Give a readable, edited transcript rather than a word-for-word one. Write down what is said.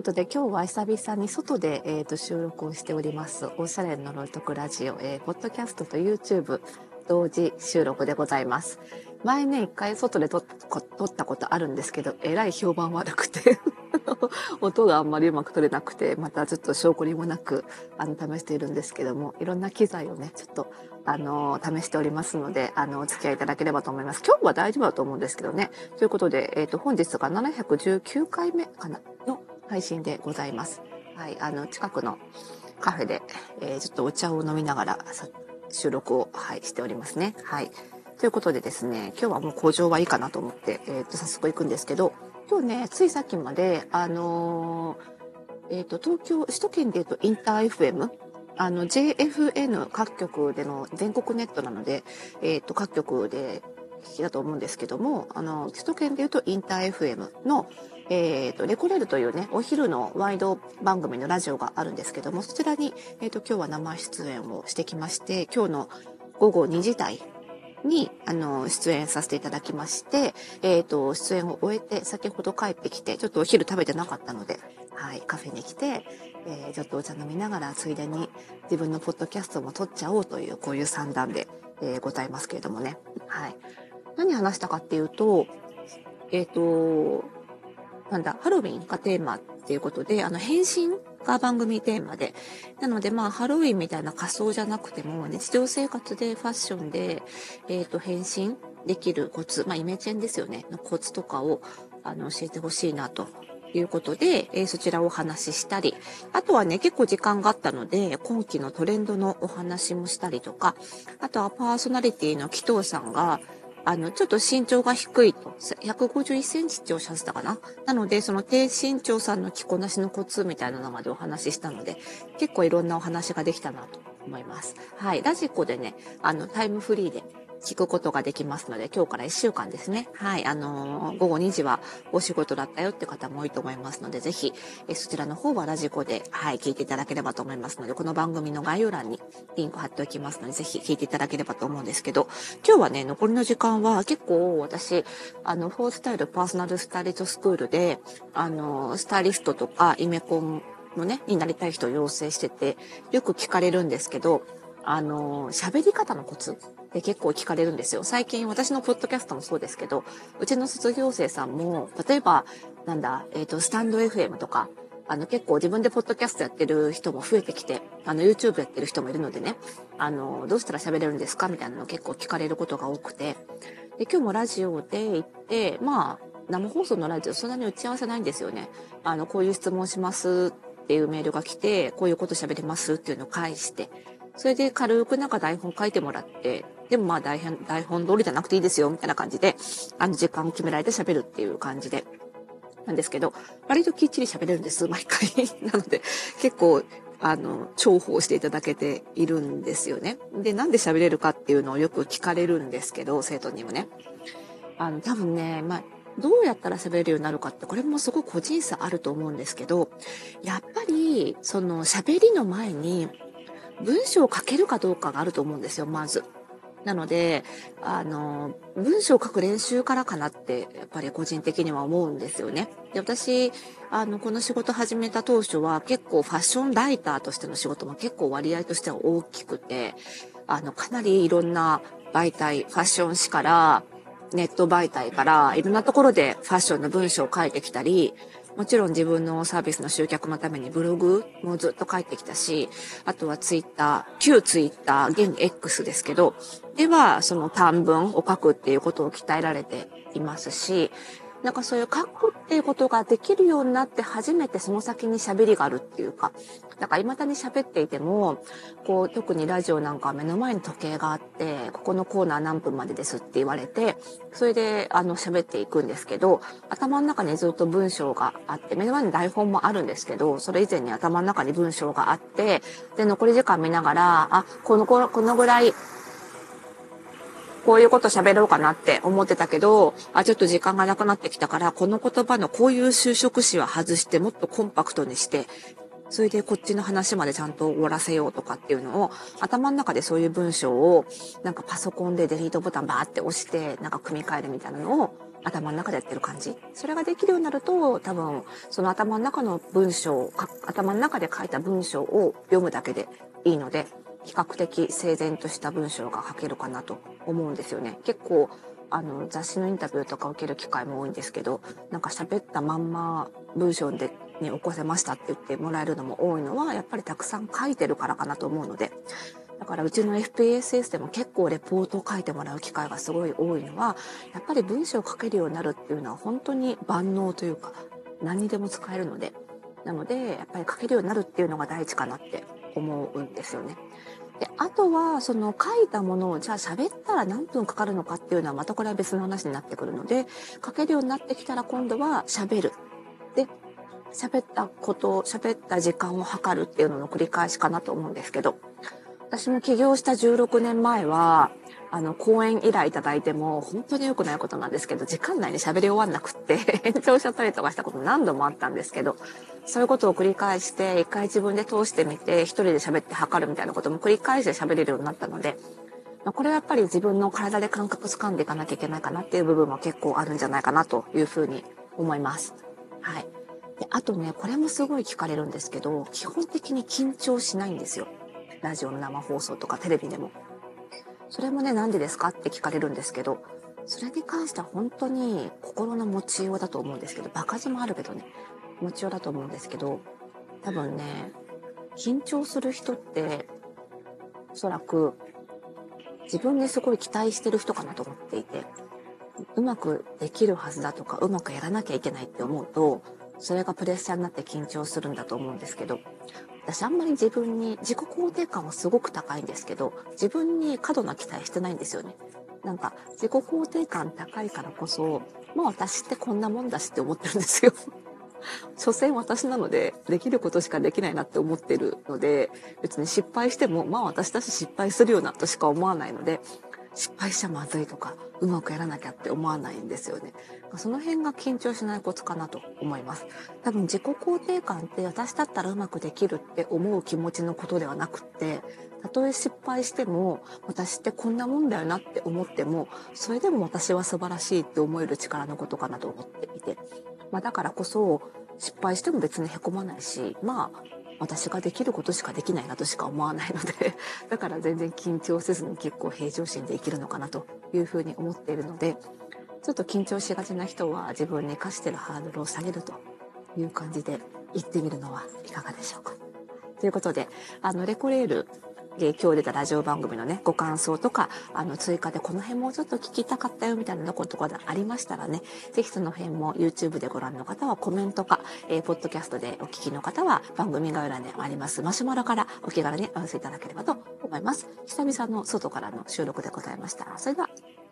ことで今日は久々に外で、収録をしております。おしゃれの呪いとくラジオ、ポッドキャストと YouTube 同時収録でございます。前ね、一回外で撮ったことあるんですけど、えらい評判悪くて音があんまりうまく撮れなくて、またちょっと証拠にもなく試しているんですけども、いろんな機材をね、ちょっと試しておりますので、お付き合いいただければと思います。今日は大丈夫だと思うんですけどね。ということで、本日が719回目かなの配信でございます。はい、近くのカフェで、ちょっとお茶を飲みながら収録を、はい、しておりますね。はい。ということでですね、今日はもう工場はいいかなと思って、早速行くんですけど、今日ね、ついさっきまで、東京、首都圏でいうとインター FM、JFN 各局での全国ネットなので、各局で聞きだと思うんですけども、首都圏でいうとインター FM の、レコレルというね、お昼のワイド番組のラジオがあるんですけども、そちらに、今日は生出演をしてきまして、今日の午後2時台に、出演させていただきまして、出演を終えて、先ほど帰ってきて、ちょっとお昼食べてなかったので、はい、カフェに来て、ちょっとお茶飲みながら、ついでに自分のポッドキャストも撮っちゃおうという、こういう算段で、ございますけれどもね。はい。何話したかっていうと、ハロウィンがテーマっていうことで、変身が番組テーマで。なので、ハロウィンみたいな仮装じゃなくても、日常生活でファッションで、変身できるコツ、イメチェンですよね、のコツとかを、教えてほしいなと。いうことで、そちらをお話ししたり、あとはね、結構時間があったので、今期のトレンドのお話もしたりとか、あとはパーソナリティの紀藤さんが、ちょっと身長が低いと、151センチっておっしゃってたかな。なので、その低身長さんの着こなしのコツみたいなのまでお話ししたので、結構いろんなお話ができたなと思います。はい。ラジコでね、タイムフリーで聞くことができますので、今日から1週間ですね。はい。午後2時はお仕事だったよって方も多いと思いますので、ぜひ、そちらの方はラジコで、はい、聞いていただければと思いますので、この番組の概要欄にリンク貼っておきますので、ぜひ聞いていただければと思うんですけど、今日はね、残りの時間は結構私、フォースタイルパーソナルスタイリストスクールで、スタイリストとかイメコンのね、になりたい人を養成してて、よく聞かれるんですけど、喋り方のコツって結構聞かれるんですよ。最近私のポッドキャストもそうですけど、うちの卒業生さんも、例えば、スタンド FM とか、結構自分でポッドキャストやってる人も増えてきて、YouTube やってる人もいるのでね、どうしたら喋れるんですかみたいなの結構聞かれることが多くて、で、今日もラジオで行って、生放送のラジオそんなに打ち合わせないんですよね。こういう質問しますっていうメールが来て、こういうこと喋れますっていうのを返して、それで軽く台本書いてもらって、でも台本通りじゃなくていいですよ、みたいな感じで、時間決められて喋るっていう感じで、なんですけど、割ときっちり喋れるんです、毎回。なので、結構、重宝していただけているんですよね。で、なんで喋れるかっていうのをよく聞かれるんですけど、生徒にもね。多分ね、どうやったら喋れるようになるかって、これもすごく個人差あると思うんですけど、やっぱり、その喋りの前に、文章を書けるかどうかがあると思うんですよ、まず。なので、文章を書く練習からかなって、やっぱり個人的には思うんですよね。で、私、この仕事始めた当初は結構ファッションライターとしての仕事も結構割合としては大きくて、かなりいろんな媒体、ファッション誌から、ネット媒体から、いろんなところでファッションの文章を書いてきたり、もちろん自分のサービスの集客のためにブログもずっと書いてきたし、あとはツイッター、旧ツイッター、現 X ですけど、ではその短文を書くっていうことを鍛えられていますし、そういう書くっていうことができるようになって初めてその先に喋りがあるっていうか、未だに喋っていても、特にラジオなんかは目の前に時計があって、ここのコーナー何分までですって言われて、それで喋っていくんですけど、頭の中にずっと文章があって、目の前に台本もあるんですけど、それ以前に頭の中に文章があって、で、残り時間見ながら、このぐらい、こういうこと喋ろうかなって思ってたけど、ちょっと時間がなくなってきたから、この言葉のこういう修飾詞は外してもっとコンパクトにして、それでこっちの話までちゃんと終わらせようとかっていうのを、頭の中でそういう文章を、パソコンでデリートボタンバーって押して、組み替えるみたいなのを、 頭の中でやってる感じ。それができるようになると、多分、その頭の中の文章、頭の中で書いた文章を読むだけでいいので、比較的整然とした文章が書けるかなと思うんですよね。結構、雑誌のインタビューとか受ける機会も多いんですけど、なんか喋ったまんま文章に起こせましたって言ってもらえるのも多いのは、やっぱりたくさん書いてるからかなと思うので、だからうちの FPSS でも結構レポートを書いてもらう機会がすごい多いのは、やっぱり文章を書けるようになるっていうのは本当に万能というか、何にでも使えるので、なので、やっぱり書けるようになるっていうのが第一かなって思うんですよね。で、あとは、その書いたものを、じゃあ喋ったら何分かかるのかっていうのは、またこれは別の話になってくるので、書けるようになってきたら今度は喋る。で、喋った時間を測るっていうのの繰り返しかなと思うんですけど、私も起業した16年前は、講演依頼いただいても、本当に良くないことなんですけど、時間内に喋り終わんなくって、延長しちゃったりとかしたこと何度もあったんですけど、そういうことを繰り返して、一回自分で通してみて、一人で喋って測るみたいなことも繰り返して喋れるようになったので、これはやっぱり自分の体で感覚掴んでいかなきゃいけないかなっていう部分も結構あるんじゃないかなというふうに思います。はい。で、あとね、これもすごい聞かれるんですけど、基本的に緊張しないんですよ。ラジオの生放送とかテレビでも。それもね、なんでですかって聞かれるんですけど、それに関しては本当に心の持ちようだと思うんですけど、場数もあるけどね、持ちようだと思うんですけど、多分ね、緊張する人って、おそらく自分にすごい期待してる人かなと思っていて、うまくできるはずだとか、うまくやらなきゃいけないって思うと、それがプレッシャーになって緊張するんだと思うんですけど、私あんまり自己肯定感はすごく高いんですけど、自分に過度な期待してないんですよね。なんか、自己肯定感高いからこそ、まあ私ってこんなもんだしって思ってるんですよ。所詮私なので、できることしかできないなって思ってるので、別に失敗しても、まあ私だし失敗するよなとしか思わないので、失敗しちゃまずいとか、うまくやらなきゃって思わないんですよね。その辺が緊張しないコツかなと思います。多分自己肯定感って私だったらうまくできるって思う気持ちのことではなくって、たとえ失敗しても、私ってこんなもんだよなって思っても、それでも私は素晴らしいって思える力のことかなと思っていて。だからこそ、失敗しても別にへこまないし、私ができることしかできないなとしか思わないので、だから全然緊張せずに結構平常心で生きるのかなというふうに思っているので、ちょっと緊張しがちな人は自分に課してるハードルを下げるという感じで言ってみるのはいかがでしょうか。ということで、レコレール今日出たラジオ番組のね、ご感想とか、追加でこの辺もうちょっと聞きたかったよみたいなことがありましたらね、ぜひその辺も YouTube でご覧の方はコメントか、ポッドキャストでお聞きの方は番組概要欄にありますマシュマロからお気軽にお寄せいただければと思います。久々の外からの収録でございました。それでは。